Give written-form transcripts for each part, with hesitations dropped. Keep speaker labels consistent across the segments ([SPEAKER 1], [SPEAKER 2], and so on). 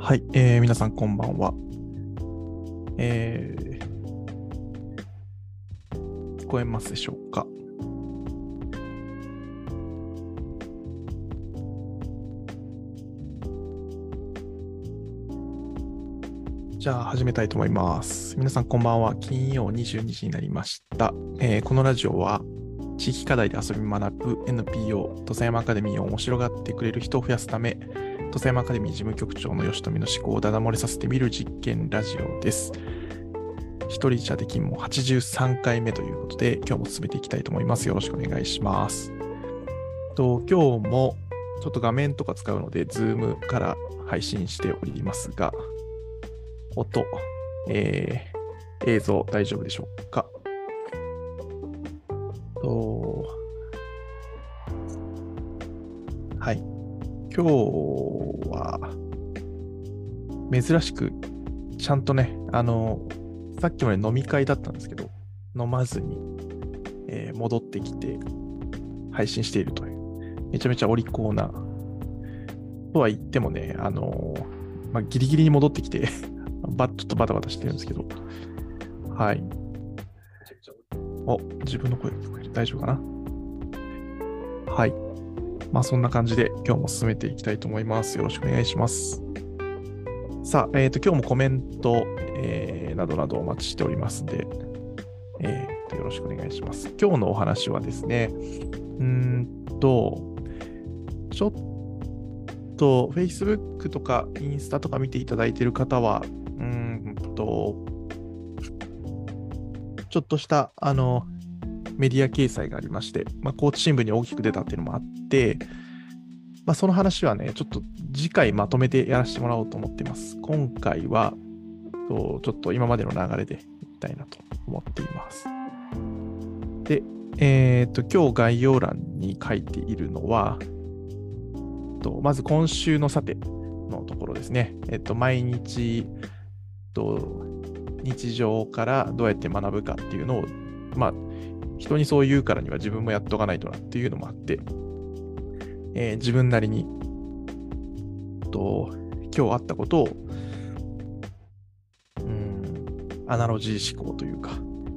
[SPEAKER 1] はい、皆さんこんばんは。聞こえますでしょうか。じゃあ始めたいと思います。皆さんこんばんは。金曜22時になりました。このラジオは地域課題で遊び学ぶ NPO 土佐山アカデミーを面白がってくれる人を増やすため、土佐山アカデミー事務局長の吉富の思考をダダ漏れさせてみる実験ラジオです。一人社で勤務83回目ということで、今日も進めていきたいと思います。よろしくお願いします。今日もちょっと画面とか使うので、Zoom から配信しておりますが、音、映像大丈夫でしょうか。はい。今日は珍しくちゃんとね、さっきまで飲み会だったんですけど、飲まずに、戻ってきて配信しているという、めちゃめちゃお利口な、とは言ってもね、ギリギリに戻ってきて、ちょっとバタバタしてるんですけど、はい。自分の声が聞こえる。大丈夫かな？はい。そんな感じで今日も進めていきたいと思います。よろしくお願いします。さあ、今日もコメント、などなどお待ちしておりますので、よろしくお願いします。今日のお話はですね、ちょっと Facebook とかインスタとか見ていただいている方は、ちょっとしたメディア掲載がありまして、高知新聞に大きく出たっていうのもあって、その話はね、ちょっと次回まとめてやらせてもらおうと思っています。今回は、ちょっと今までの流れでいきたいなと思っています。で、今日概要欄に書いているのは、まず今週のさてのところですね。毎日、日常からどうやって学ぶかっていうのを、人にそう言うからには自分もやっとかないとなっていうのもあって、自分なりに、今日あったことを、アナロジー思考というか、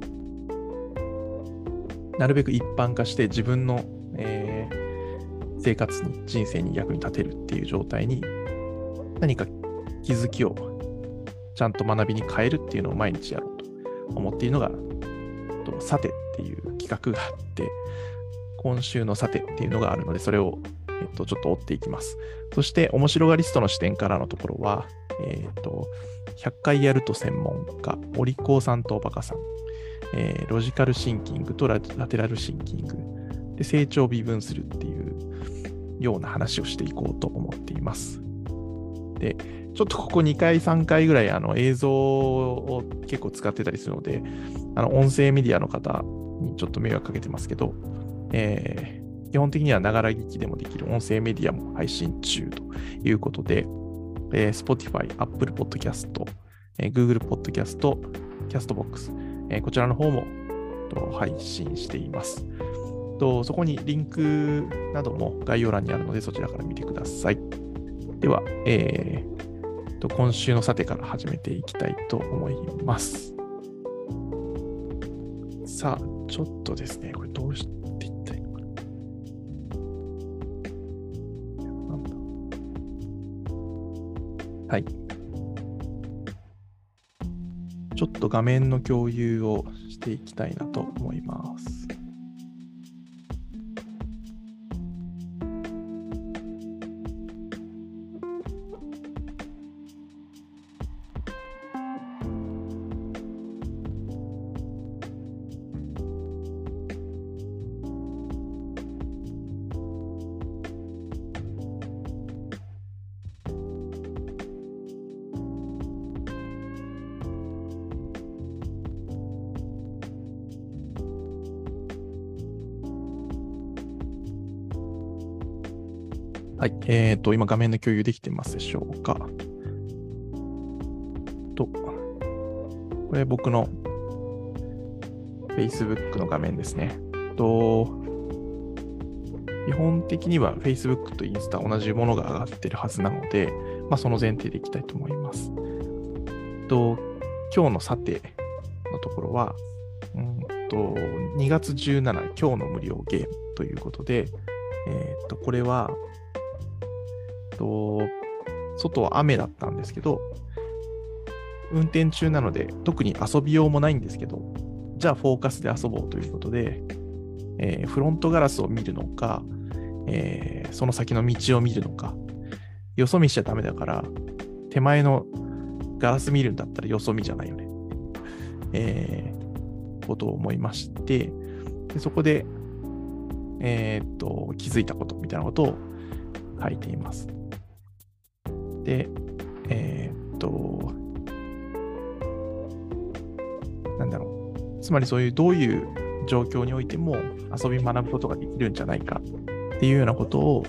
[SPEAKER 1] なるべく一般化して自分の、生活に、人生に役に立てるっていう状態に、何か気づきをちゃんと学びに変えるっていうのを毎日やろうと思っているのが、さてっていう企画があって、今週のさてっていうのがあるので、それを、ちょっと追っていきます。そして、面白がリストの視点からのところは、100回やると専門家、お利口さんとおバカさん、ロジカルシンキングとラテラルシンキングで成長を微分するっていうような話をしていこうと思っています。で、ちょっとここ2回3回ぐらい映像を結構使ってたりするので、音声メディアの方にちょっと迷惑かけてますけど、基本的にはながら聞きでもできる音声メディアも配信中ということで、Spotify、Apple Podcast、Google Podcast、Castbox、こちらの方も配信しています。そこにリンクなども概要欄にあるので、そちらから見てください。では、今週のさてから始めていきたいと思います。さあ、ちょっとですね、これどうしていったらいいのかな。なんだ。はい。ちょっと画面の共有をしていきたいなと思います。はい。今画面の共有できてますでしょうか。これ僕の Facebook の画面ですね。基本的には Facebook とインスタ同じものが上がってるはずなので、 その前提でいきたいと思います。今日のさてのところは、2月17、今日の無料ゲームということで、これは、外は雨だったんですけど、運転中なので特に遊びようもないんですけど、じゃあフォーカスで遊ぼうということで、フロントガラスを見るのか、その先の道を見るのか、よそ見しちゃダメだから、手前のガラス見るんだったらよそ見じゃないよね。ことを思いまして、でそこで、気づいたことみたいなことを書いています。で、なんだろう。つまりそういうどういう状況においても遊び学ぶことができるんじゃないかっていうようなことを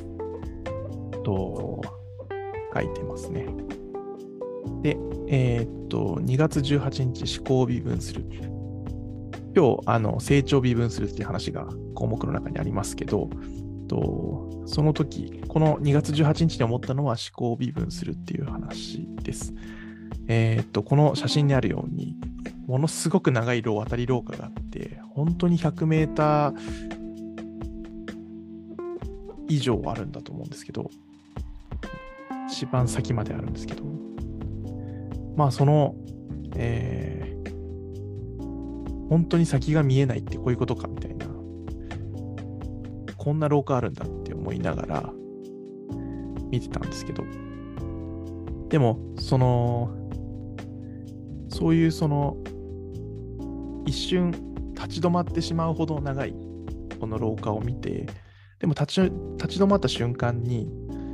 [SPEAKER 1] 書いてますね。で、2月18日思考を微分する。今日成長を微分するっていう話が項目の中にありますけど、その時この2月18日に思ったのは思考を微分するっていう話です。この写真にあるようにものすごく長い渡り廊下があって、本当に100メーター以上あるんだと思うんですけど、一番先まであるんですけど、その、本当に先が見えないってこういうことかみたいな、こんな廊下あるんだって思いながら見てたんですけど、でもそういう一瞬立ち止まってしまうほど長いこの廊下を見て、でも立ち止まった瞬間に、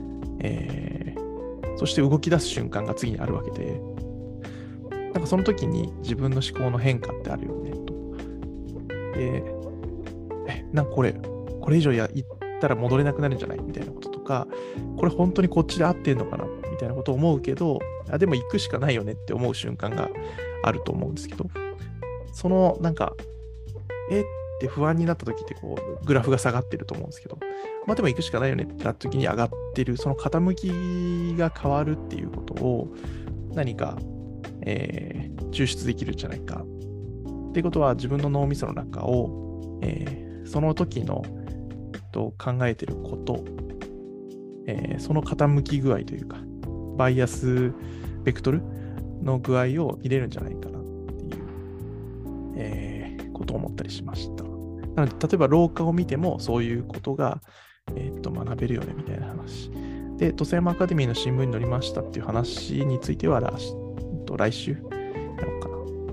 [SPEAKER 1] そして動き出す瞬間が次にあるわけで、なんかその時に自分の思考の変化ってあるよねと。で、なんかこれ以上行ったら戻れなくなるんじゃないみたいなこととか、これ本当にこっちで合ってんのかなみたいなことを思うけど、でも行くしかないよねって思う瞬間があると思うんですけど、なんかって不安になった時ってグラフが下がってると思うんですけど、でも行くしかないよねってなった時に上がってる、その傾きが変わるっていうことを何か、抽出できるんじゃないかっていうことは、自分の脳みその中を、その時の考えてること、その傾き具合というかバイアスベクトルの具合を入れるんじゃないかなっていう、ことを思ったりしました。なので例えば廊下を見てもそういうことが、学べるよねみたいな話で、土佐山アカデミーの新聞に載りましたっていう話については来週やろうかな。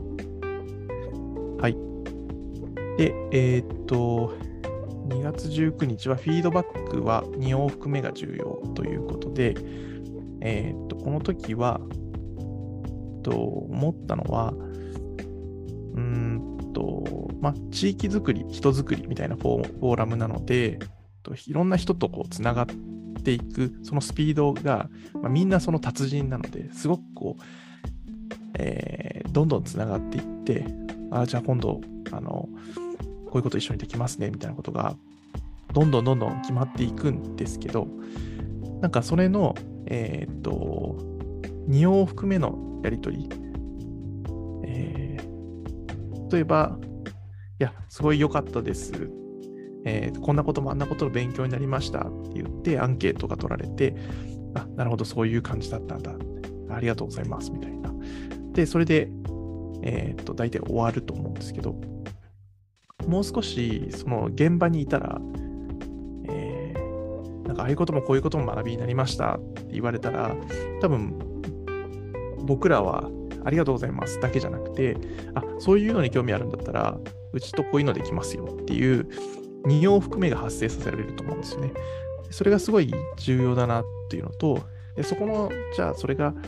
[SPEAKER 1] はい。で、2月19日はフィードバックは2往復目が重要ということで、この時は思ったのは、地域づくり、人づくりみたいなフォーラムなので、いろんな人とつながっていく、そのスピードが、みんなその達人なので、すごくどんどんつながっていって、じゃあ今度、こういうこと一緒にできますねみたいなことが、どんどん決まっていくんですけど、なんかそれの、2往復目のやりとり、例えば、いや、すごい良かったです。こんなこともあんなことの勉強になりましたって言ってアンケートが取られて、なるほど、そういう感じだったんだ。ありがとうございますみたいな。で、それで、大体終わると思うんですけど、もう少しその現場にいたら、なんかああいうこともこういうことも学びになりましたって言われたら、多分僕らはありがとうございますだけじゃなくて、そういうのに興味あるんだったら、うちとこういうのできますよっていう2往復目が発生させられると思うんですよね。それがすごい重要だなっていうのと、そこの、じゃあそれが、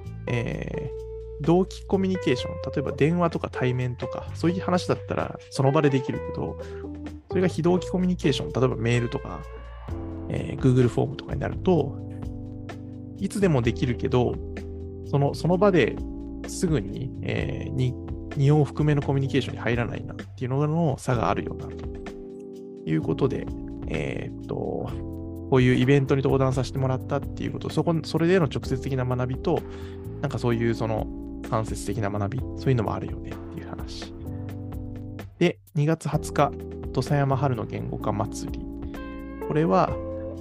[SPEAKER 1] 同期コミュニケーション、例えば電話とか対面とか、そういう話だったらその場でできるけど、それが非同期コミュニケーション、例えばメールとか、Google フォームとかになると、いつでもできるけど、その場ですぐに、2往復目のコミュニケーションに入らないなっていうのの差があるよなということで、 こういうイベントに登壇させてもらったっていうこと、それでの直接的な学びと、なんかそういうその間接的な学び、そういうのもあるよねっていう話。で、2月20日、土佐山春の言語化祭り。これは、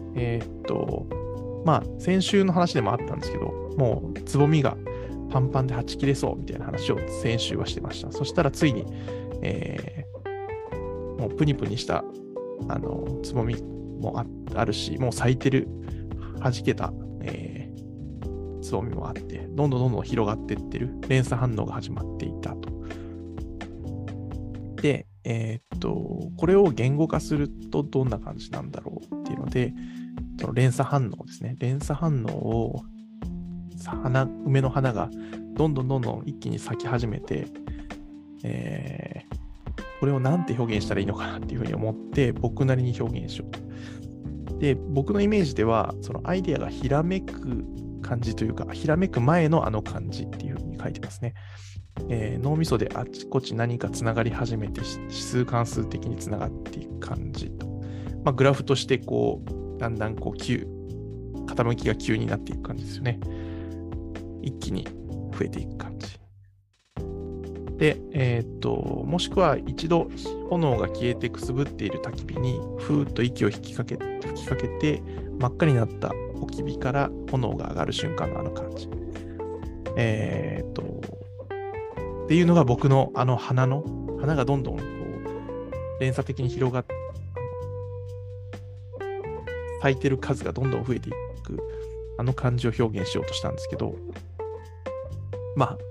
[SPEAKER 1] まあ、先週の話でもあったんですけど、もう、つぼみがパンパンではち切れそうみたいな話を先週はしてました。そしたらついに、もうプニプニした、つぼみもあるし、もう咲いてる、はじけた、つぼみもあって、どんどん広がっていってる、連鎖反応が始まっていたと。で、これを言語化するとどんな感じなんだろうっていうので、その連鎖反応ですね。連鎖反応を、梅の花がどんどん一気に咲き始めて、これをなんて表現したらいいのかなっていうふうに思って、僕なりに表現しようと。で、僕のイメージでは、そのアイデアがひらめく感じというか、ひらめく前のあの感じっていうふうに書いてますね。脳みそであちこち何かつながり始めて、指数関数的につながっていく感じと。まあ、グラフとしてこう、だんだんこう傾きが急になっていく感じですよね。一気に増えていく感じ。で、もしくは一度炎が消えてくすぶっている焚き火にふーっと息を吹きかけて真っ赤になった置き火から炎が上がる瞬間のあの感じ。っていうのが僕の花がどんどんこう連鎖的に広がって咲いてる数がどんどん増えていくあの感じを表現しようとしたんですけど、まあ、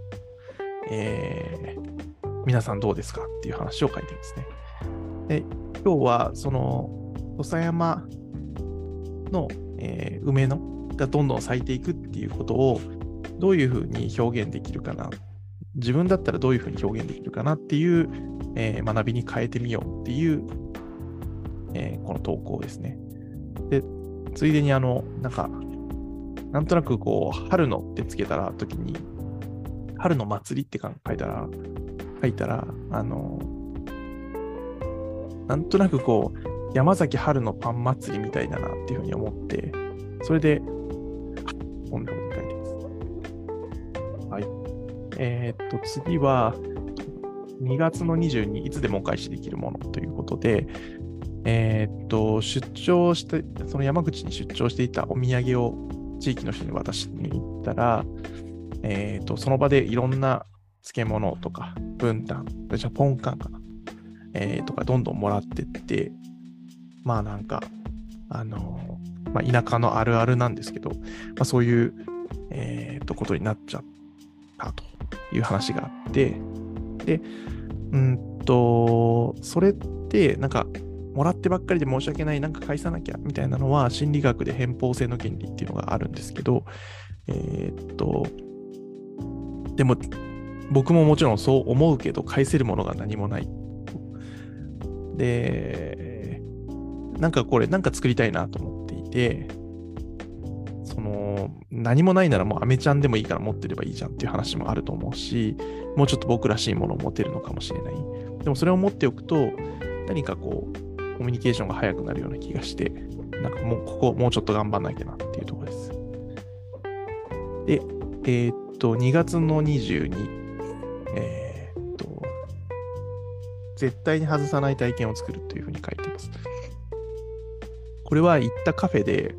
[SPEAKER 1] 皆さんどうですかっていう話を書いてますね。で、今日はその土佐山の、梅がどんどん咲いていくっていうことをどういうふうに表現できるかな、自分だったらどういうふうに表現できるかなっていう、学びに変えてみようっていう、この投稿ですね。で、ついでになんとなくこう春のってつけたら時に春の祭りって書いたらなんとなくこう山崎春のパン祭りみたいだなっていうふうに思って、それでこんなこと書いてます。はい。次は2月の22日、いつでもお返しできるものということで、出張して、その山口に出張していたお土産を地域の人に渡しに行ったら、その場でいろんな漬物とか、文旦、じゃポンカンかな、とかどんどんもらってって、まあなんか、まあ、田舎のあるあるなんですけど、まあ、そういう、ことになっちゃったという話があって、で、それってなんか、もらってばっかりで申し訳ない、なんか返さなきゃみたいなのは心理学で偏方性の原理っていうのがあるんですけど、でも僕ももちろんそう思うけど返せるものが何もない。で、なんかこれなんか作りたいなと思っていて、何もないならもうアメちゃんでもいいから持ってればいいじゃんっていう話もあると思うし、もうちょっと僕らしいものを持てるのかもしれない。でもそれを持っておくと何かこうコミュニケーションが早くなるような気がして、なんかここもうちょっと頑張んなきゃなっていうところです。で、2月の22、絶対に外さない体験を作るというふうに書いてます。これは行ったカフェで、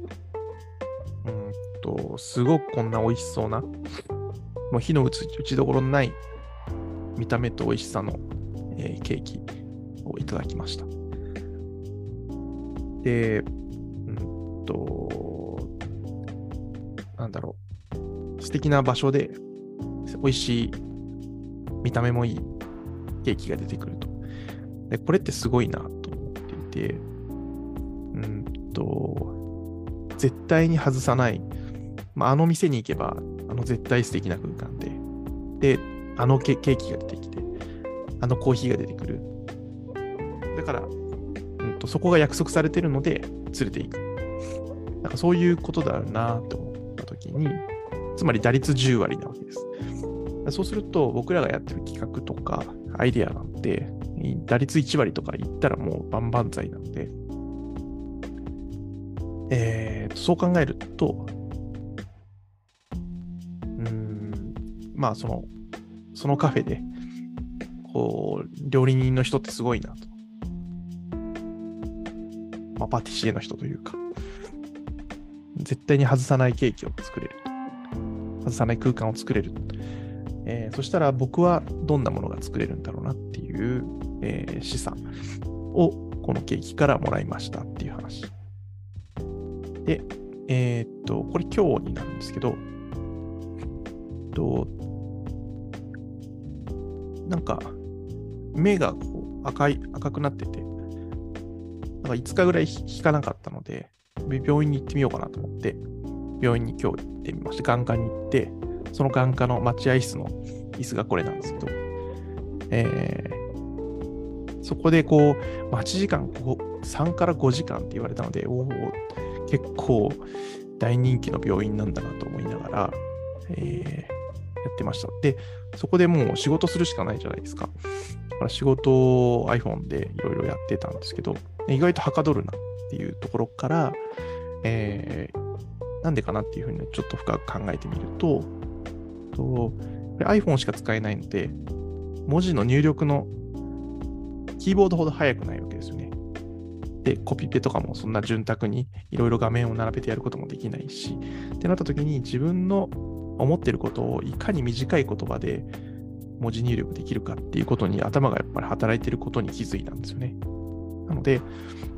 [SPEAKER 1] すごくこんな美味しそうな、もう火の打ちどころのない見た目と美味しさの、ケーキをいただきました。で、なんだろう、素敵な場所で美味しい見た目もいいケーキが出てくると。で、これってすごいなと思っていて、絶対に外さない、あの店に行けば絶対素敵な空間で、で、ケーキが出てきて、コーヒーが出てくる。だから、そこが約束されてるので連れて行く。なんかそういうことだなと思ったときに、つまり打率10割なわけです。そうすると僕らがやってる企画とかアイデアなんて打率1割とか言ったらもう万々歳なので、 そう考えると、まあそのカフェで、こう、料理人の人ってすごいなと。まあ、パティシエの人というか、絶対に外さないケーキを作れると。外さない空間を作れる。そしたら僕はどんなものが作れるんだろうなっていう、示唆をこのケーキからもらいましたっていう話。で、これ今日になるんですけど、なんか目がこう赤くなってて、なんか5日ぐらい引かなかったので、病院に行ってみようかなと思って、病院に今日行ってみました。眼科に行って、その眼科の待合室の椅子がこれなんですけど、そこでこう、待ち時間3から5時間って言われたので、結構大人気の病院なんだなと思いながら、やってました。で、そこでもう仕事するしかないじゃないですか。だから仕事を iPhone でいろいろやってたんですけど、意外とはかどるなっていうところから、なんでかなっていうふうにちょっと深く考えてみると、iPhone しか使えないので、文字の入力のキーボードほど速くないわけですよね。で、コピペとかもそんな潤沢にいろいろ画面を並べてやることもできないし、ってなった時に自分の思ってることをいかに短い言葉で文字入力できるかっていうことに頭がやっぱり働いてることに気づいたんですよね。なので、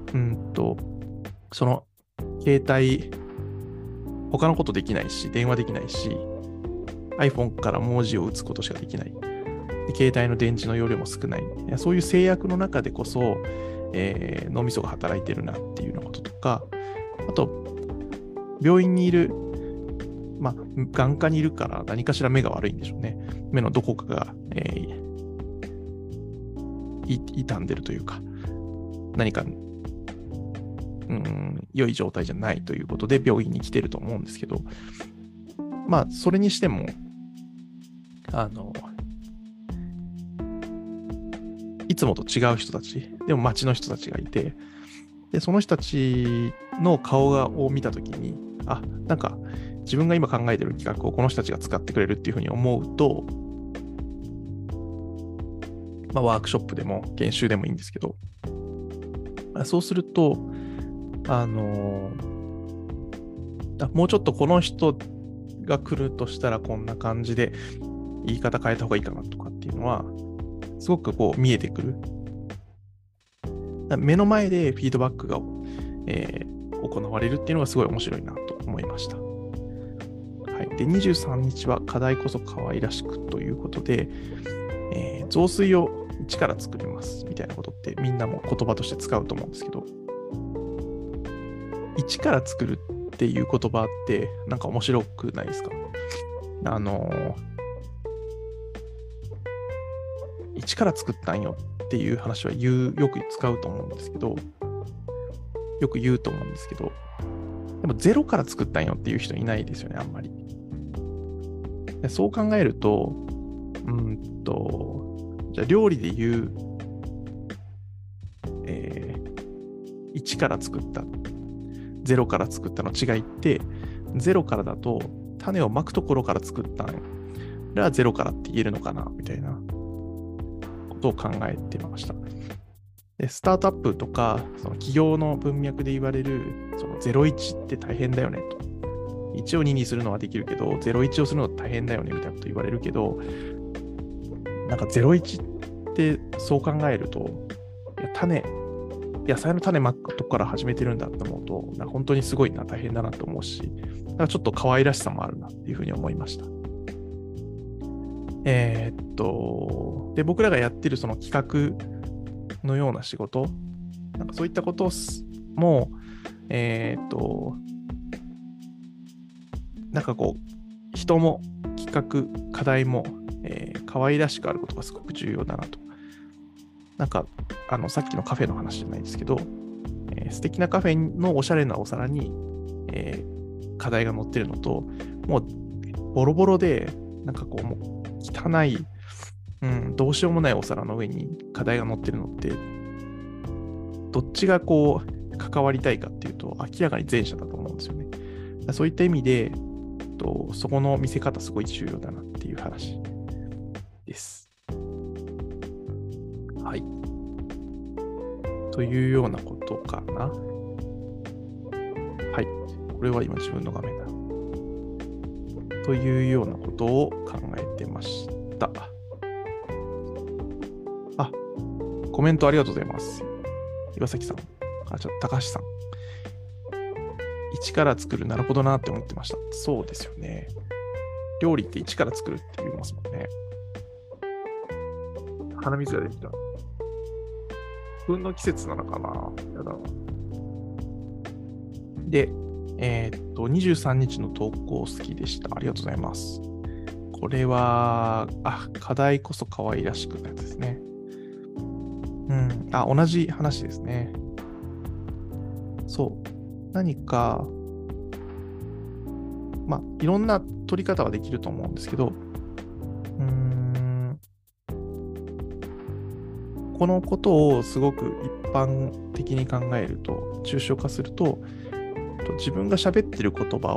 [SPEAKER 1] その携帯、他のことできないし、電話できないし、iPhone から文字を打つことしかできない。で携帯の電池の容量も少ない。そういう制約の中でこそ、脳みそが働いてるなっていうようなこととか、あと、病院にいる、まあ、眼科にいるから何かしら目が悪いんでしょうね。目のどこかが、傷んでるというか、何か、良い状態じゃないということで病院に来てると思うんですけど、まあ、それにしても、いつもと違う人たち、でも街の人たちがいて、で、その人たちの顔を見たときに、なんか自分が今考えてる企画をこの人たちが使ってくれるっていうふうに思うと、まあ、ワークショップでも研修でもいいんですけど、そうすると、もうちょっとこの人が来るとしたらこんな感じで言い方変えた方がいいかなとかっていうのは、すごくこう見えてくる。目の前でフィードバックが、行われるっていうのがすごい面白いなと思いました。はい、で23日は課題こそ可愛らしくということで、雑炊を一から作りますみたいなことってみんなも言葉として使うと思うんですけど、一から作るっていう言葉ってなんか面白くないですか？一から作ったんよっていう話はよく使うと思うんですけど、よく言うと思うんですけど、でもゼロから作ったんよっていう人いないですよね、あんまり。でそう考えると、じゃあ料理で言う、一から作った、ゼロから作ったの違いって、ゼロからだと種をまくところから作ったんよ。それはゼロからって言えるのかなみたいなことを考えてました。でスタートアップとかその企業の文脈で言われるその01って大変だよねと。1を2にするのはできるけど、01をするのは大変だよねみたいなこと言われるけど、なんか01ってそう考えると、野菜の種まくとこから始めてるんだと思うと、なんか本当にすごいな、大変だなと思うし、なんかちょっと可愛らしさもあるなっていうふうに思いました。で、僕らがやってるその企画のような仕事、なんかそういったことも、なんかこう、人も企画、課題も、可愛らしくあることがすごく重要だなと。なんか、さっきのカフェの話じゃないですけど、素敵なカフェのおしゃれなお皿に、課題が載ってるのと、もうボロボロで、なんかこう、もう汚い、どうしようもないお皿の上に課題が載ってるのって、どっちがこう、 関わりたいかっていうと、明らかに前者だと思うんですよね。そういった意味で、そこの見せ方すごい重要だなっていう話です。はい。というようなことかな。はい。これは今自分の画面だ。というようなことを考えてました。あ、コメントありがとうございます。岩崎さん。高橋さん。一から作る、なるほどなって思ってました。そうですよね。料理って一から作るって言いますもんね。鼻水が出てきた。花粉の季節なのかな。やだな。で、23日の投稿好きでした。ありがとうございます。これは、課題こそ可愛らしくなやつですね。同じ話ですね。そう。何か、いろんな取り方はできると思うんですけど、このことをすごく一般的に考えると、抽象化すると、自分が喋ってる言葉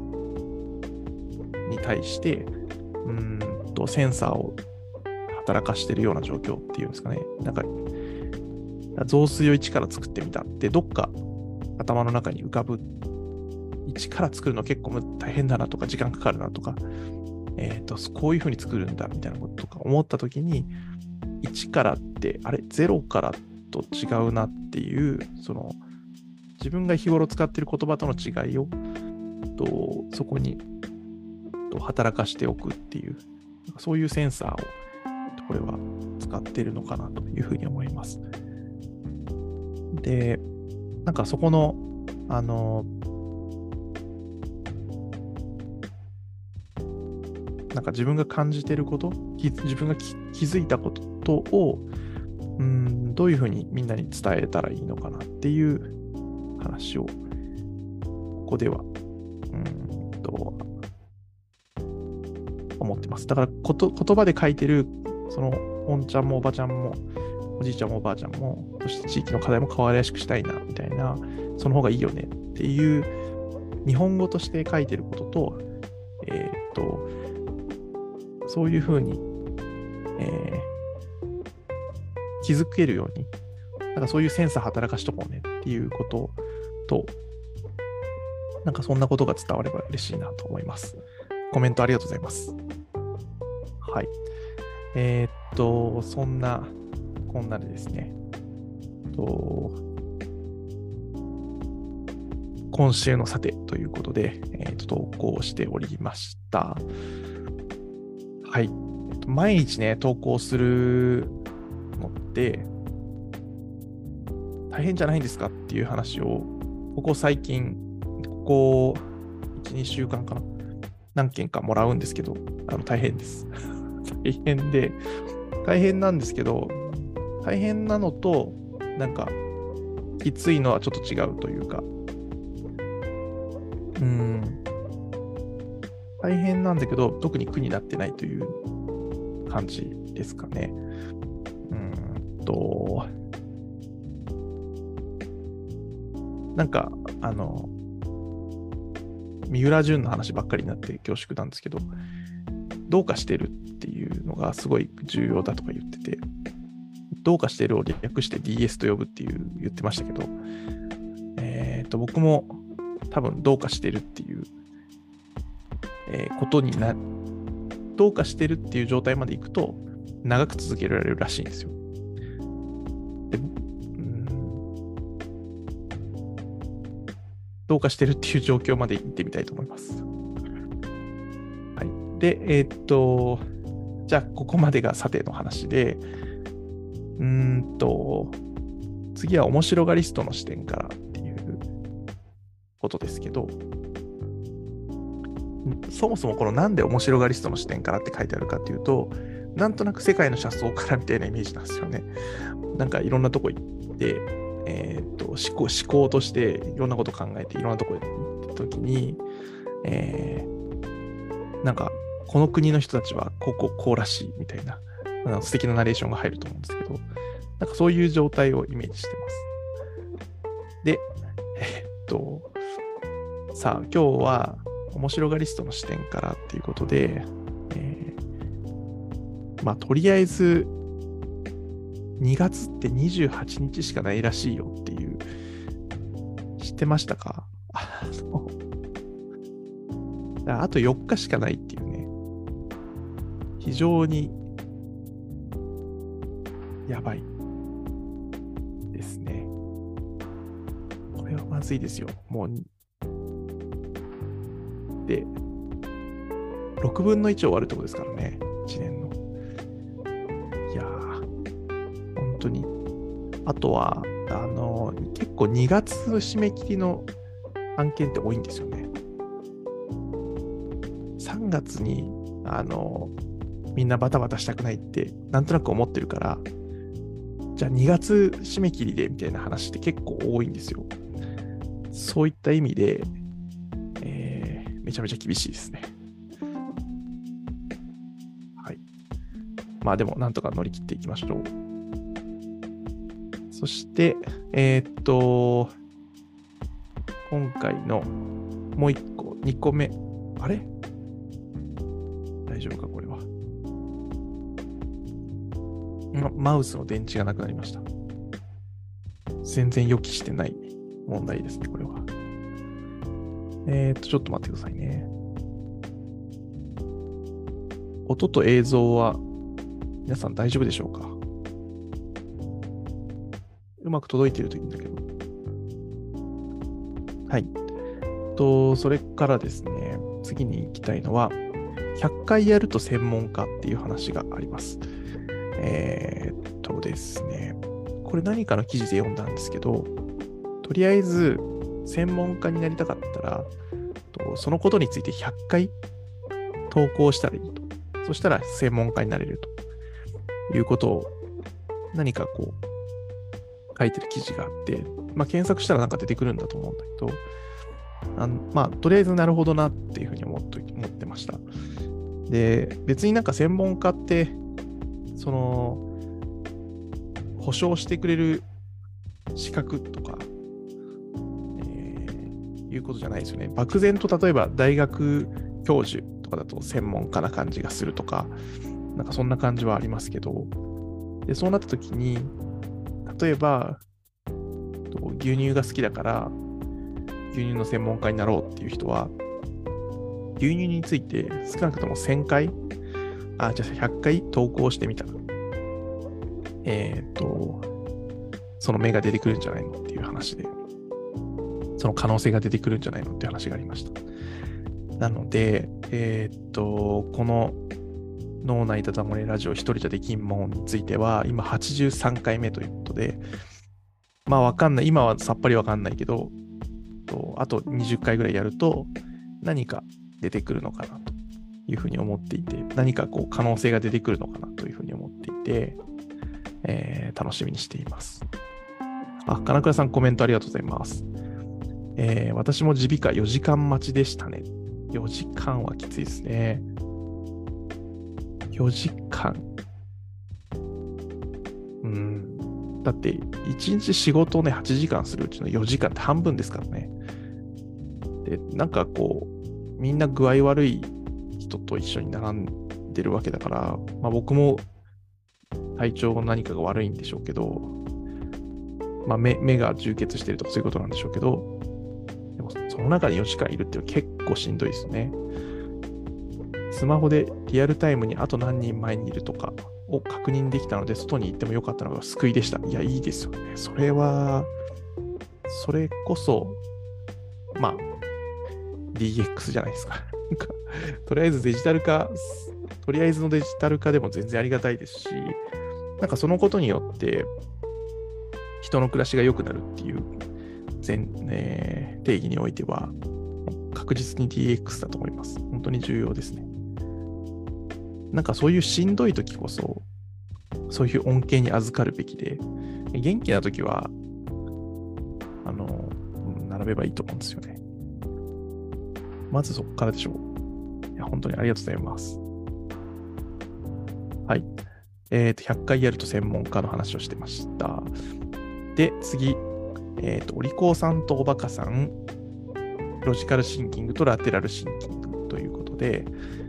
[SPEAKER 1] に対して、センサーを働かしてるような状況っていうんですかね。なんか、雑炊を一から作ってみたって、どっか頭の中に浮かぶ。一から作るの結構大変だなとか、時間かかるなとか、こういうふうに作るんだみたいなこととか思ったときに、1からって、0からと違うなっていう、自分が日頃使っている言葉との違いを、そこに働かしておくっていう、そういうセンサーを、これは使っているのかなというふうに思います。で、なんかそこの、なんか自分が感じていること、自分が気づいたことを、どういうふうにみんなに伝えたらいいのかなっていう話を、ここでは、思ってます。だから言葉で書いてる、その、おんちゃんもおばちゃんも、おじいちゃんもおばあちゃんも、そして地域の課題も可愛らしくしたいな、みたいな、その方がいいよねっていう、日本語として書いてることと、そういうふうに、気づけるように、なんかそういうセンサー働かしとこうねっていうことと、なんかそんなことが伝われば嬉しいなと思います。コメントありがとうございます。はい。そんな、こんなでですね、今週のさてということで、投稿しておりました。はい。毎日ね、投稿するのって、大変じゃないんですかっていう話を、ここ最近、ここ1、2週間かな、何件かもらうんですけど、大変です。大変なんですけど、大変なのと、なんか、きついのはちょっと違うというか、大変なんだけど、特に苦になってないという感じですかね。なんか、三浦淳の話ばっかりになって恐縮なんですけど、どうかしてるっていうのがすごい重要だとか言ってて、どうかしてるを略して DS と呼ぶって言ってましたけど、僕も多分どうかしてるっていう、ことにどうかしてるっていう状態までいくと長く続けられるらしいんですよ。で、どうかしてるっていう状況まで行ってみたいと思います。はい。で、じゃあここまでがさての話で、次は面白がリストの視点からっていうことですけど、そもそもこのなんで面白がリストの視点からって書いてあるかっていうと、なんとなく世界の車窓からみたいなイメージなんですよね。なんかいろんなとこ行って、思考としていろんなこと考えていろんなとこ行ったときに、なんかこの国の人たちはこうらしいみたいな素敵なナレーションが入ると思うんですけど、なんかそういう状態をイメージしてます。で、 さあ、今日は面白がリストの視点からっていうことで、とりあえず2月って28日しかないらしいよっていう、知ってましたか？あと4日しかないっていうね、非常にやばいですね。これはまずいですよ。もう、で、6分の1終わるとこですからね、1年の。いやー、本当に。あとは、結構2月締め切りの案件って多いんですよね。3月に、みんなバタバタしたくないって、なんとなく思ってるから、じゃあ2月締め切りでみたいな話って結構多いんですよ。そういった意味で、めちゃめちゃ厳しいですね。はい。まあでも、なんとか乗り切っていきましょう。そして、今回のもう1個、2個目。あれ？大丈夫か、これは。マウスの電池がなくなりました。全然予期してない問題ですね、これは。ちょっと待ってくださいね。音と映像は皆さん大丈夫でしょうか？うまく届いているといいんだけど。はい。それからですね、次に行きたいのは、100回やると専門家っていう話があります。ですね、これ何かの記事で読んだんですけど、とりあえず専門家になりたかったら、そのことについて100回投稿したらいいと。そしたら専門家になれるということを何かこう書いてる記事があって、検索したらなんか出てくるんだと思うんだけど、とりあえずなるほどなっていうふうに思ってました。で、別になんか専門家って、保証してくれる資格とか、いうことじゃないですよね。漠然と例えば大学教授とかだと専門家な感じがするとか、なんかそんな感じはありますけど、で、そうなった時に、例えば、牛乳が好きだから、牛乳の専門家になろうっていう人は、牛乳について少なくとも1000回、じゃあ100回投稿してみたら、その芽が出てくるんじゃないのっていう話で、その可能性が出てくるんじゃないのっていう話がありました。なので、この脳内ダダ漏れラジオ一人じゃできんもんについては、今83回目ということで、わかんない。今はさっぱりわかんないけど、あと20回ぐらいやると何か出てくるのかなというふうに思っていて、何かこう可能性が出てくるのかなというふうに思っていて、楽しみにしています。金倉さんコメントありがとうございます。私も耳鼻科4時間待ちでしたね。4時間はきついですね。4時間。だって、1日仕事をね、8時間するうちの4時間って半分ですからね。で、なんかこう、みんな具合悪い人と一緒に並んでるわけだから、僕も体調何かが悪いんでしょうけど、目が充血してるとかそういうことなんでしょうけど、でもその中に4時間いるっていうのは結構しんどいですね。スマホでリアルタイムにあと何人前にいるとかを確認できたので、外に行ってもよかったのが救いでした。いや、いいですよね。それこそ、DX じゃないですか。とりあえずのデジタル化でも全然ありがたいですし、なんかそのことによって人の暮らしが良くなるっていう定義においては確実に DX だと思います。本当に重要ですね。なんかそういうしんどい時こそそういう恩恵に預かるべきで、元気な時は並べばいいと思うんですよね。まずそこからでしょう。いや、本当にありがとうございます。はい。100回やると専門家の話をしてました。で、次、お利口さんとおバカさん、 ロジカルシンキングとラテラルシンキングということで、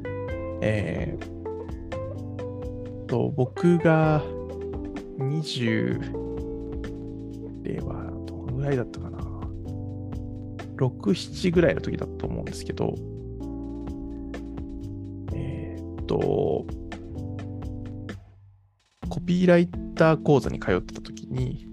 [SPEAKER 1] 僕が20、令和どのぐらいだったかな、6、7ぐらいの時だと思うんですけど、コピーライター講座に通ってた時に、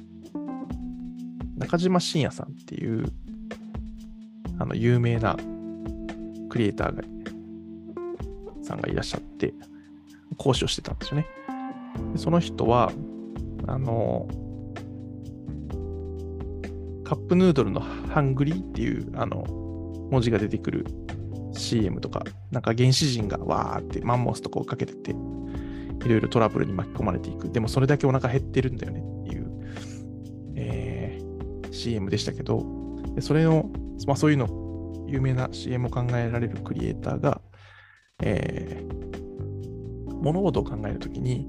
[SPEAKER 1] 中島信也さんっていう有名なクリエイターさんがいらっしゃって講師をしてたんですよね。でその人はカップヌードルのハングリーっていう文字が出てくる CM とか、なんか原始人がわーってマンモスとかをかけてて、いろいろトラブルに巻き込まれていく。でもそれだけお腹減ってるんだよねっていう、CM でしたけど、でそれの、そういうの、有名な CM を考えられるクリエイターが、物事を考えるときに、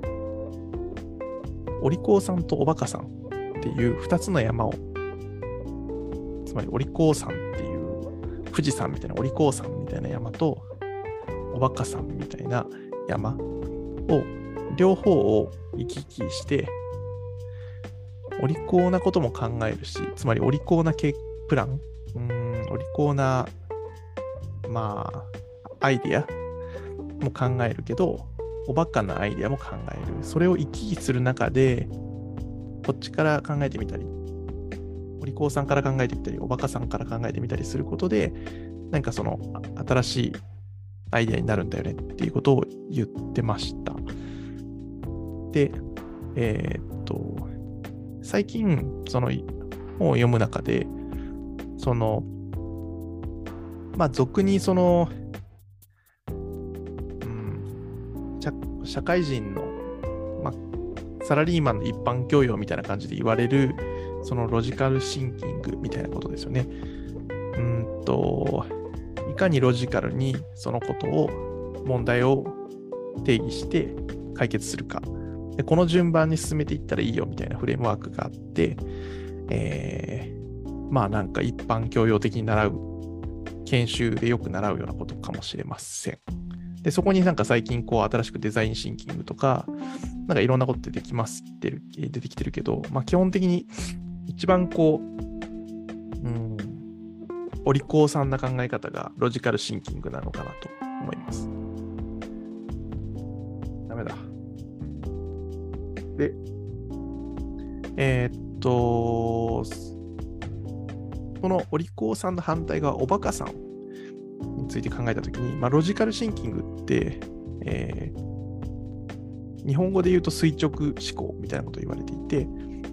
[SPEAKER 1] お利口さんとおバカさんっていう2つの山を、つまりお利口さんっていう富士山みたいなお利口さんみたいな山と、おバカさんみたいな山を両方を行き来して、お利口なことも考えるし、つまりお利口なプラン、お利口な、アイディアも考えるけど、おバカなアイディアも考える。それを行き来する中で、こっちから考えてみたり、お利口さんから考えてみたり、おバカさんから考えてみたりすることで、何かその新しいアイデアになるんだよねっていうことを言ってました。で、最近、その本を読む中で、俗に社会人の、サラリーマンの一般教養みたいな感じで言われる、そのロジカルシンキングみたいなことですよね。いかにロジカルにそのことを、問題を定義して解決するか。でこの順番に進めていったらいいよみたいなフレームワークがあって、なんか一般教養的に習う、研修でよく習うようなことかもしれません。で、そこになんか最近新しくデザインシンキングとか、なんかいろんなこと出てきてるけど、基本的に一番お利口さんな考え方がロジカルシンキングなのかなと思います。ダメだ。で、このお利口さんの反対側、おバカさんについて考えたときに、ロジカルシンキングって、日本語で言うと垂直思考みたいなことを言われていて、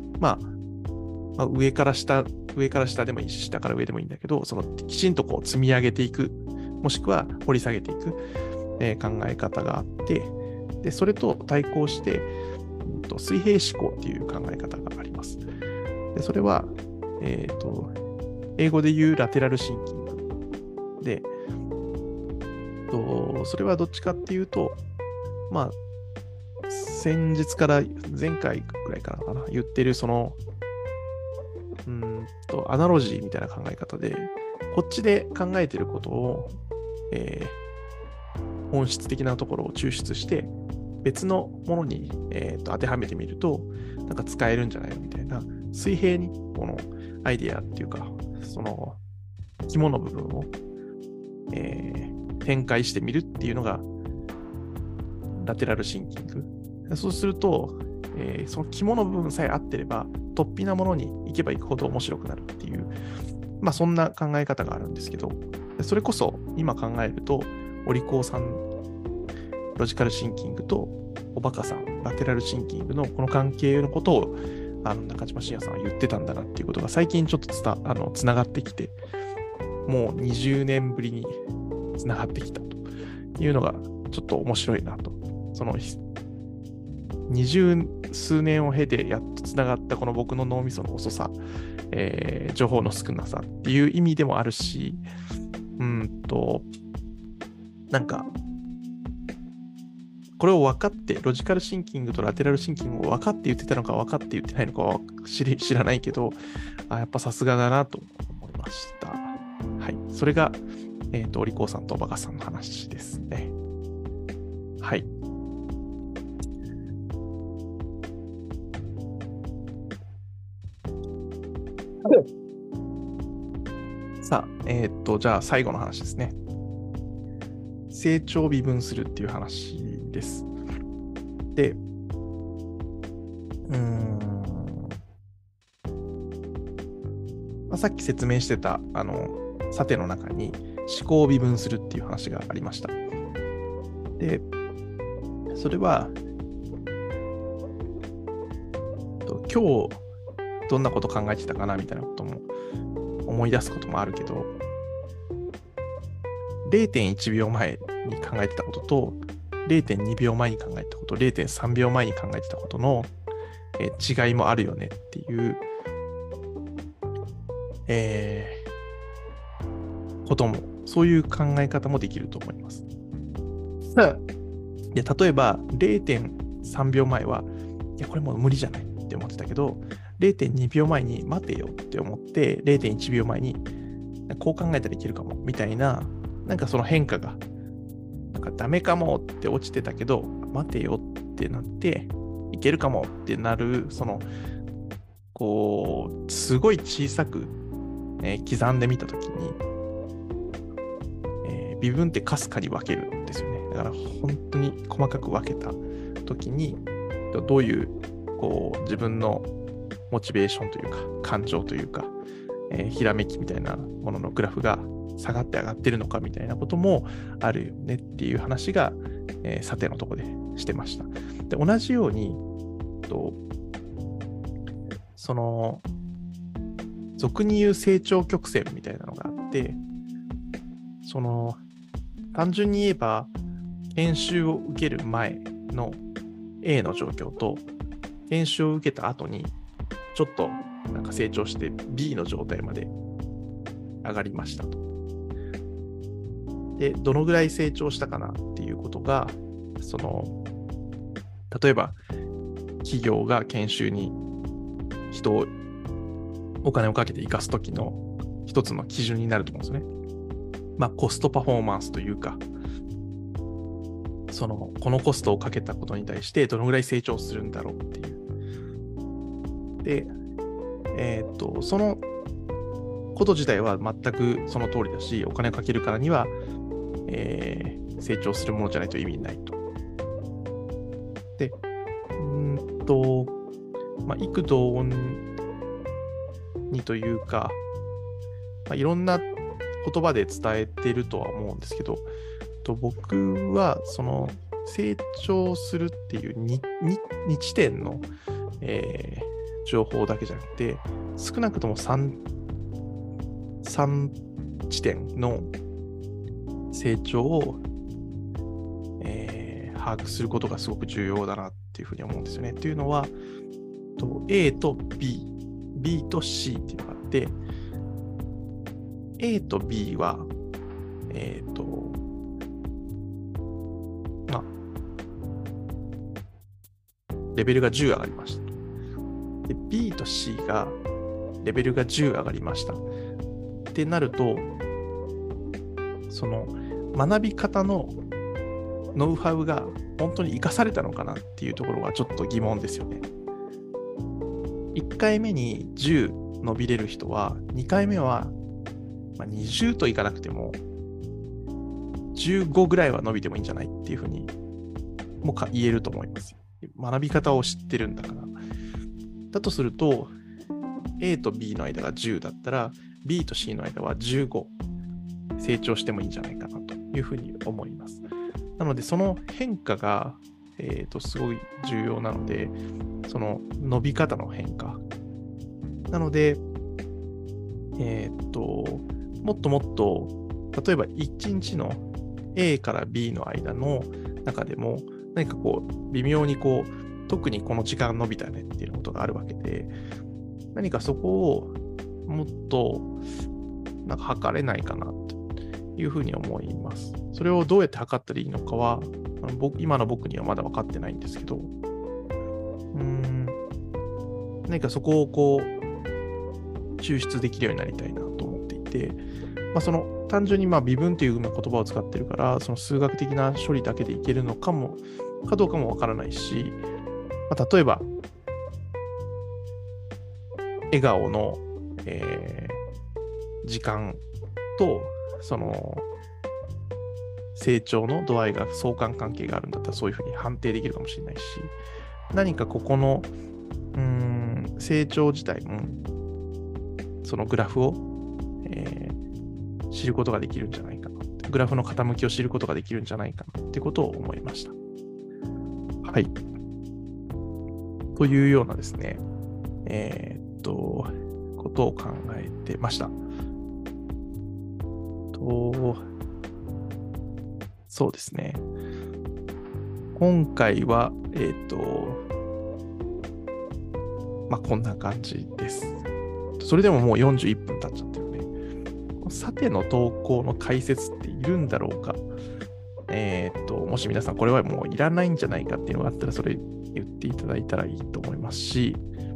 [SPEAKER 1] 上から下でもいいし、下から上でもいいんだけど、きちんと積み上げていく、もしくは掘り下げていく、考え方があって、で、それと対抗して、水平思考っていう考え方があります。で、それは、英語で言うラテラルシンキングで、それはどっちかっていうと、先日から前回ぐらいからかな、言ってるアナロジーみたいな考え方で、こっちで考えてることを、本質的なところを抽出して、別のものに、当てはめてみると、なんか使えるんじゃないのみたいな、水平にこのアイデアっていうか、肝の部分を、展開してみるっていうのが、ラテラルシンキング。そうすると、その肝の部分さえ合ってれば、突飛なものに行けば行くほど面白くなるっていう、そんな考え方があるんですけど、それこそ今考えると、お利口さん、ロジカルシンキングとおバカさん、ラテラルシンキングのこの関係のことを中島信也さんは言ってたんだなっていうことが最近ちょっとつながってきて、もう20年ぶりにつながってきたというのがちょっと面白いなと。20数年を経てやっとつながったこの僕の脳みその遅さ、情報の少なさっていう意味でもあるし、なんかこれを分かって、ロジカルシンキングとラテラルシンキングを分かって言ってたのか分かって言ってないのかは知らないけど、やっぱさすがだなと思いました。 それが、お利口さんとおバカさんの話ですね。はい。さあ、じゃあ最後の話ですね。成長を微分するっていう話です。で、さっき説明してた、査定の中に思考を微分するっていう話がありました。で、それは、今日どんなこと考えてたかなみたいなことも思い出すこともあるけど、0.1 秒前に考えてたことと、0.2 秒前に考えてたこと、0.3 秒前に考えてたことの、違いもあるよねっていう、ことも、そういう考え方もできると思います。で、例えば 0.3 秒前は、いや、これもう無理じゃないって思ってたけど、0.2 秒前に待てよって思って、0.1 秒前にこう考えたらいけるかもみたいな、なんかその変化が、なんかダメかもって落ちてたけど、待てよってなって、いけるかもってなる、その、こう、すごい小さく、刻んでみたときに、微分ってかすかに分けるんですよね。だから本当に細かく分けたときに、どういう、こう、自分のモチベーションというか、感情というか、ひらめきみたいなもののグラフが下がって上がってるのかみたいなこともあるよねっていう話が、査定のところでしてました。で、同じように、その、俗に言う成長曲線みたいなのがあって、その、単純に言えば、研修を受ける前の A の状況と、研修を受けた後に、ちょっとなんか成長して B の状態まで上がりましたと。で、どのぐらい成長したかなっていうことが、その、例えば、企業が研修に人をお金をかけて生かすときの一つの基準になると思うんですよね。まあ、コストパフォーマンスというか、このコストをかけたことに対してどのぐらい成長するんだろうっていう。で、そのこと自体は全くその通りだし、お金をかけるからには、成長するものじゃないと意味ないと。で、まあ、幾度にというか、まあ、いろんな言葉で伝えているとは思うんですけど、僕はその成長するっていう2地点の、情報だけじゃなくて、少なくとも3地点の成長を、把握することがすごく重要だなっていうふうに思うんですよね。というのは、A と B、B と C っていうのがあって、A と B は、まあ、レベルが10上がりました。で、B と C がレベルが10上がりました。ってなると、その学び方のノウハウが本当に生かされたのかなっていうところはちょっと疑問ですよね。1回目に10伸びれる人は、2回目は、20といかなくても、15ぐらいは伸びてもいいんじゃないっていうふうにも言えると思います。学び方を知ってるんだから。だとすると、A と B の間が10だったら、B と C の間は15成長してもいいんじゃないかなというふうに思います。なので、その変化が、すごい重要なので、その伸び方の変化。なので、もっともっと、例えば1日の A から B の間の中でも、何かこう、微妙にこう、特にこの時間伸びたねっていうことがあるわけで、何かそこをもっとなんか測れないかなというふうに思います。それをどうやって測ったらいいのかは、今の僕にはまだ分かってないんですけど、何かそこをこう抽出できるようになりたいなと思っていて、その単純に微分という言葉を使ってるから、その数学的な処理だけでいけるのかどうかもわからないし、例えば、笑顔の、時間と、その、成長の度合いが相関関係があるんだったらそういうふうに判定できるかもしれないし、何かここの成長自体もそのグラフを、知ることができるんじゃないかな、グラフの傾きを知ることができるんじゃないかなってことを思いました。はい。というようなですね、ことを考えてました。そうですね。今回は、こんな感じです。それでももう41分経っちゃってるね。さての投稿の解説っているんだろうか。もし皆さんこれはもういらないんじゃないかっていうのがあったらそれ言っていただいたらいいと思いますし、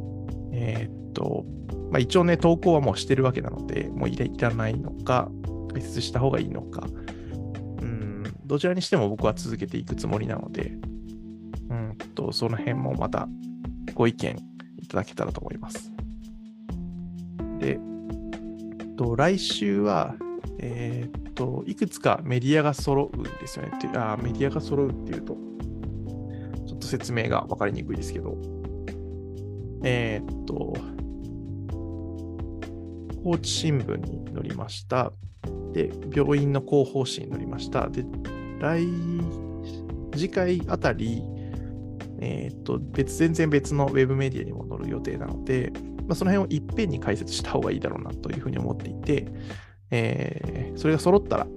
[SPEAKER 1] 一応ね、投稿はもうしてるわけなので、もういらないのか、解説した方がいいのか、どちらにしても僕は続けていくつもりなので、その辺もまたご意見いただけたらと思います。で、来週は、いくつかメディアが揃うんですよね。メディアが揃うっていうと、ちょっと説明が分かりにくいですけど、高知新聞に載りました。で、病院の広報誌に載りました。で、次回あたり、全然別のウェブメディアにも載る予定なので、その辺をいっぺんに解説した方がいいだろうなというふうに思っていて、それが揃ったら、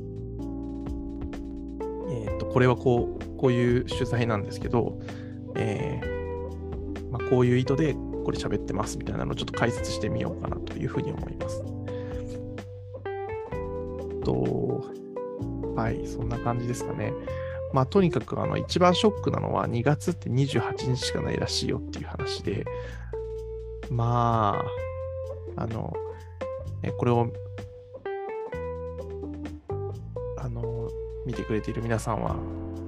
[SPEAKER 1] これはこういう取材なんですけど、こういう意図でこれ喋ってますみたいなのをちょっと解説してみようかなというふうに思います。はい、そんな感じですかね。とにかく一番ショックなのは2月って28日しかないらしいよっていう話で、これを見てくれている皆さんは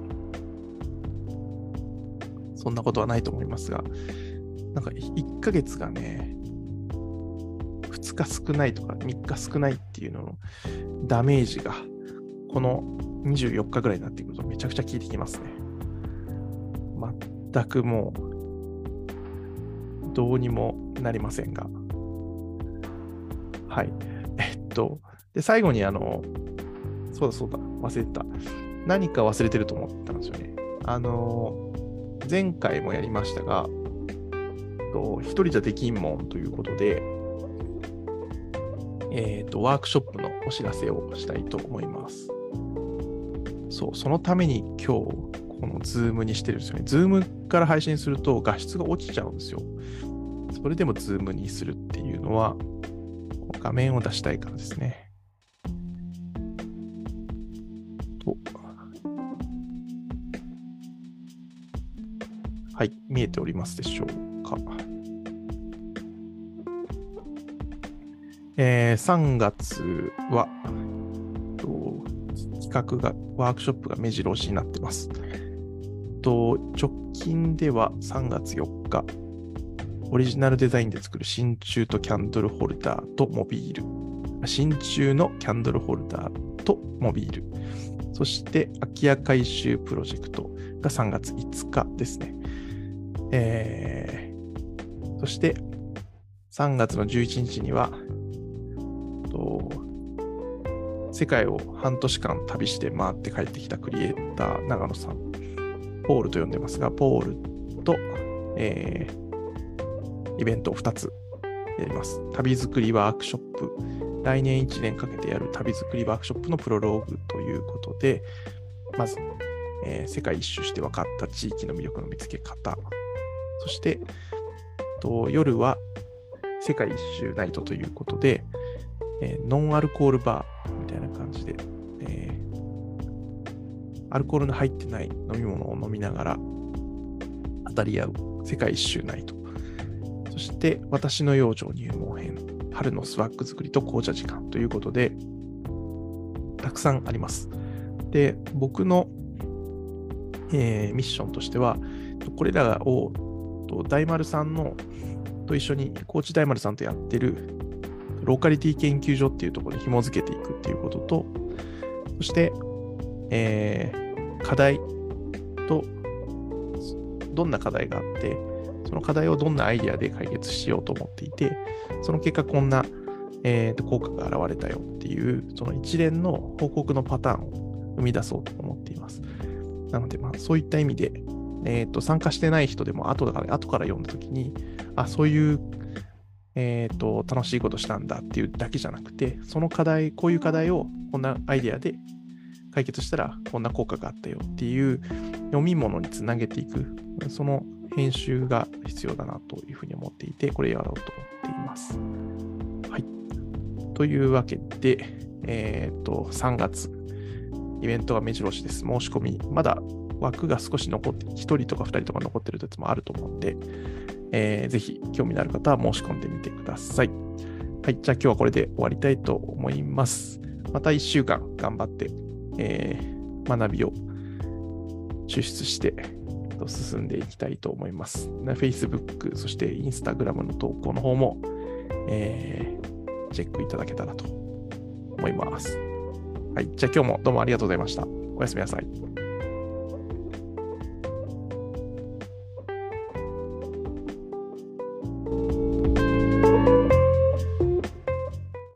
[SPEAKER 1] そんなことはないと思いますが、なんか1ヶ月がね、2日少ないとか3日少ないっていうののダメージがこの24日ぐらいになってくるとめちゃくちゃ効いてきますね。全くもうどうにもなりませんが。はい。で、最後にそうだ、忘れてた。何か忘れてると思ったんですよね。前回もやりましたが、一人じゃできんもんということで、ワークショップのお知らせをしたいと思います。そのために今日、このZoomにしてるんですよね。Zoom から配信すると画質が落ちちゃうんですよ。それでもZoomにするっていうのは、画面を出したいからですね。はい、見えておりますでしょうか。3月は企画がワークショップが目白押しになってます。直近では3月4日、オリジナルデザインで作る真鍮とキャンドルホルダーとモビール。真鍮のキャンドルホルダーとモビール。そして空き家改修プロジェクトが3月5日ですね。そして3月の11日には世界を半年間旅して回って帰ってきたクリエイター長野さん、ポールと呼んでますが、ポールと、イベントを2つやります。旅作りワークショップ、来年1年かけてやる旅作りワークショップのプロローグということで、まず、世界一周して分かった地域の魅力の見つけ方、そして夜は世界一周ナイトということで、ノンアルコールバーみたいな感じで、アルコールの入ってない飲み物を飲みながら語り合う世界一周ナイト。そして私の養生入門編、春のスワッグ作りと紅茶時間ということで、 たくさんあります。で、僕の、ミッションとしては、これらを大丸さんと一緒に、コーチ大丸さんとやってるローカリティ研究所っていうところに紐づけていくっていうことと、そして、課題と、どんな課題があって、その課題をどんなアイデアで解決しようと思っていて、その結果こんな、効果が現れたよっていう、その一連の報告のパターンを生み出そうと思っています。なので、そういった意味で、参加してない人でも後から読んだときに、そういう、楽しいことしたんだっていうだけじゃなくて、その課題、こういう課題をこんなアイデアで解決したらこんな効果があったよっていう読み物につなげていく、その編集が必要だなというふうに思っていて、これやろうと思っています。はい。というわけで、3月、イベントが目白押しです。申し込み、まだ枠が少し残って、1人とか2人とか残ってるやつもあると思うんで、ぜひ興味のある方は申し込んでみてください。はい。じゃあ今日はこれで終わりたいと思います。また1週間頑張って、学びを抽出して進んでいきたいと思います。Facebook、そして Instagram の投稿の方も、チェックいただけたらと思います。はい。じゃあ今日もどうもありがとうございました。おやすみなさい。